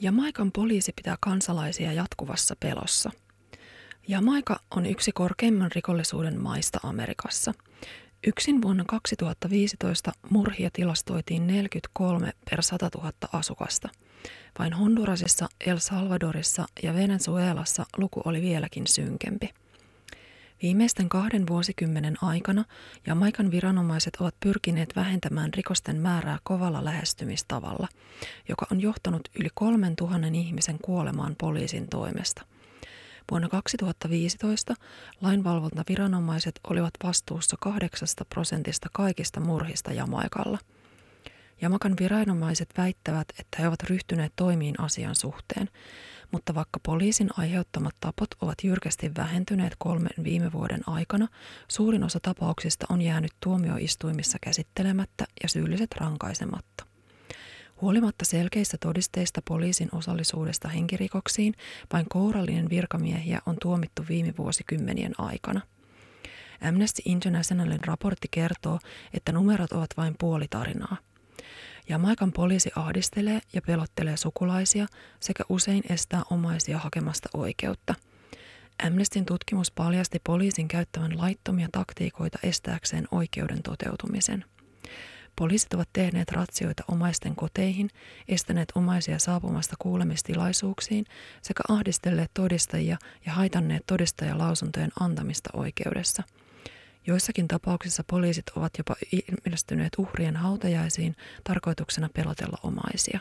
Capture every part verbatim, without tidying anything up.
Jamaikan poliisi pitää kansalaisia jatkuvassa pelossa. Jamaika on yksi korkeimman rikollisuuden maista Amerikassa. Yksin vuonna kaksituhattaviisitoista murhia tilastoitiin neljäkymmentäkolme per sata tuhatta asukasta. Vain Hondurasissa, El Salvadorissa ja Venezuelassa luku oli vieläkin synkempi. Viimeisten kahden vuosikymmenen aikana Jamaikan viranomaiset ovat pyrkineet vähentämään rikosten määrää kovalla lähestymistavalla, joka on johtanut yli kolmen tuhannen ihmisen kuolemaan poliisin toimesta. Vuonna kaksituhattaviisitoista lainvalvontaviranomaiset olivat vastuussa kahdeksasta prosentista kaikista murhista Jamaikalla. Jamaikan viranomaiset väittävät, että he ovat ryhtyneet toimiin asian suhteen, mutta vaikka poliisin aiheuttamat tapot ovat jyrkästi vähentyneet kolmen viime vuoden aikana, suurin osa tapauksista on jäänyt tuomioistuimissa käsittelemättä ja syylliset rankaisematta. Huolimatta selkeistä todisteista poliisin osallisuudesta henkirikoksiin, vain kourallinen virkamiehiä on tuomittu viime vuosikymmenien aikana. Amnesty Internationalin raportti kertoo, että numerot ovat vain puoli tarinaa. Jamaikan poliisi ahdistelee ja pelottelee sukulaisia sekä usein estää omaisia hakemasta oikeutta. Amnestyn tutkimus paljasti poliisin käyttävän laittomia taktiikoita estääkseen oikeuden toteutumisen. Poliisit ovat tehneet ratsioita omaisten koteihin, estäneet omaisia saapumasta kuulemistilaisuuksiin sekä ahdistelleet todistajia ja haitanneet todistajalausuntojen antamista oikeudessa. Joissakin tapauksissa poliisit ovat jopa ilmestyneet uhrien hautajaisiin tarkoituksena pelotella omaisia.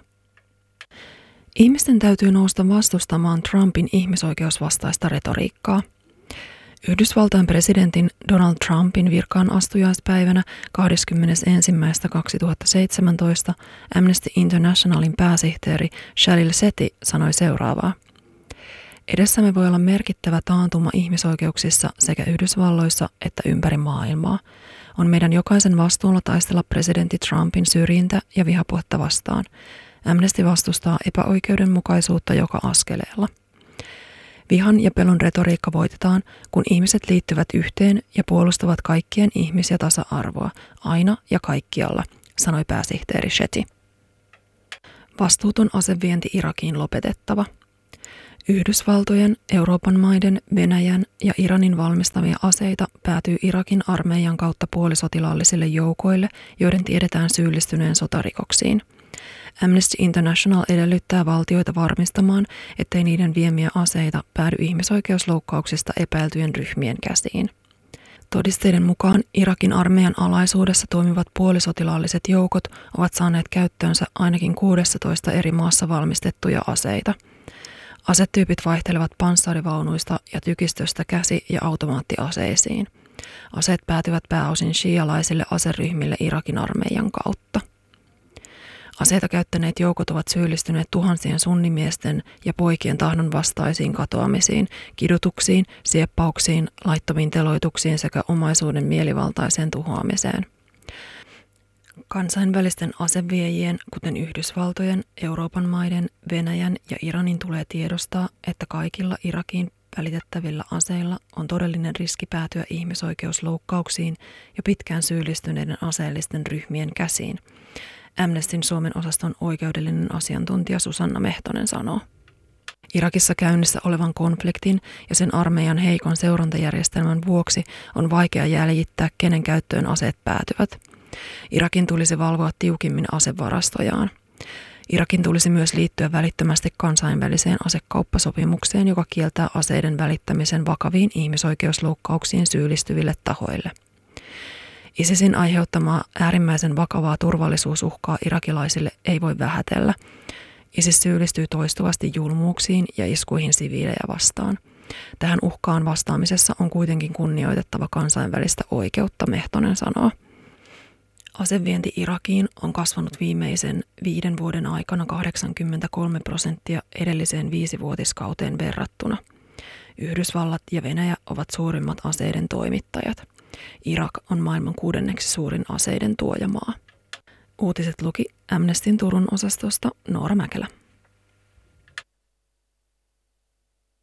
Ihmisten täytyy nousta vastustamaan Trumpin ihmisoikeusvastaista retoriikkaa. Yhdysvaltain presidentin Donald Trumpin virkaan astujaispäivänä kahdeskymmenesensimmäinen kaksituhattaseitsemäntoista Amnesty Internationalin pääsihteeri Shalil Sethi sanoi seuraavaa. Edessämme voi olla merkittävä taantuma ihmisoikeuksissa sekä Yhdysvalloissa että ympäri maailmaa. On meidän jokaisen vastuulla taistella presidentti Trumpin syrjintä ja vihapuhetta vastaan. Amnesty vastustaa epäoikeudenmukaisuutta joka askeleella. Vihan ja pelon retoriikka voitetaan, kun ihmiset liittyvät yhteen ja puolustavat kaikkien ihmis- ja tasa-arvoa, aina ja kaikkialla, sanoi pääsihteeri Sethi. Vastuuton asevienti Irakiin lopetettava. Yhdysvaltojen, Euroopan maiden, Venäjän ja Iranin valmistamia aseita päätyy Irakin armeijan kautta puolisotilaallisille joukoille, joiden tiedetään syyllistyneen sotarikoksiin. Amnesty International edellyttää valtioita varmistamaan, ettei niiden viemiä aseita päädy ihmisoikeusloukkauksista epäiltyjen ryhmien käsiin. Todisteiden mukaan Irakin armeijan alaisuudessa toimivat puolisotilaalliset joukot ovat saaneet käyttöönsä ainakin kuusitoista eri maassa valmistettuja aseita. Asetyypit vaihtelevat panssarivaunuista ja tykistöstä käsi- ja automaattiaseisiin. Aseet päätyvät pääosin shialaisille aseryhmille Irakin armeijan kautta. Aseita käyttäneet joukot ovat syyllistyneet tuhansien sunnimiesten ja poikien tahdon vastaisiin katoamisiin, kidutuksiin, sieppauksiin, laittomiin teloituksiin sekä omaisuuden mielivaltaiseen tuhoamiseen. Kansainvälisten aseviejien, kuten Yhdysvaltojen, Euroopan maiden, Venäjän ja Iranin tulee tiedostaa, että kaikilla Irakiin välitettävillä aseilla on todellinen riski päätyä ihmisoikeusloukkauksiin ja pitkään syyllistyneiden aseellisten ryhmien käsiin. Amnestyn Suomen osaston oikeudellinen asiantuntija Susanna Mehtonen sanoo. Irakissa käynnissä olevan konfliktin ja sen armeijan heikon seurantajärjestelmän vuoksi on vaikea jäljittää, kenen käyttöön aseet päätyvät. Irakin tulisi valvoa tiukimmin asevarastojaan. Irakin tulisi myös liittyä välittömästi kansainväliseen asekauppasopimukseen, joka kieltää aseiden välittämisen vakaviin ihmisoikeusloukkauksiin syyllistyville tahoille. ISISin aiheuttamaa äärimmäisen vakavaa turvallisuusuhkaa irakilaisille ei voi vähätellä. ISIS syyllistyy toistuvasti julmuuksiin ja iskuihin siviilejä vastaan. Tähän uhkaan vastaamisessa on kuitenkin kunnioitettava kansainvälistä oikeutta, Mehtonen sanoo. Asevienti Irakiin on kasvanut viimeisen viiden vuoden aikana kahdeksankymmentäkolme prosenttia edelliseen viisivuotiskauteen verrattuna. Yhdysvallat ja Venäjä ovat suurimmat aseiden toimittajat. Irak on maailman kuudenneksi suurin aseiden tuojamaa. Uutiset luki Amnestyn Turun osastosta Noora Mäkelä.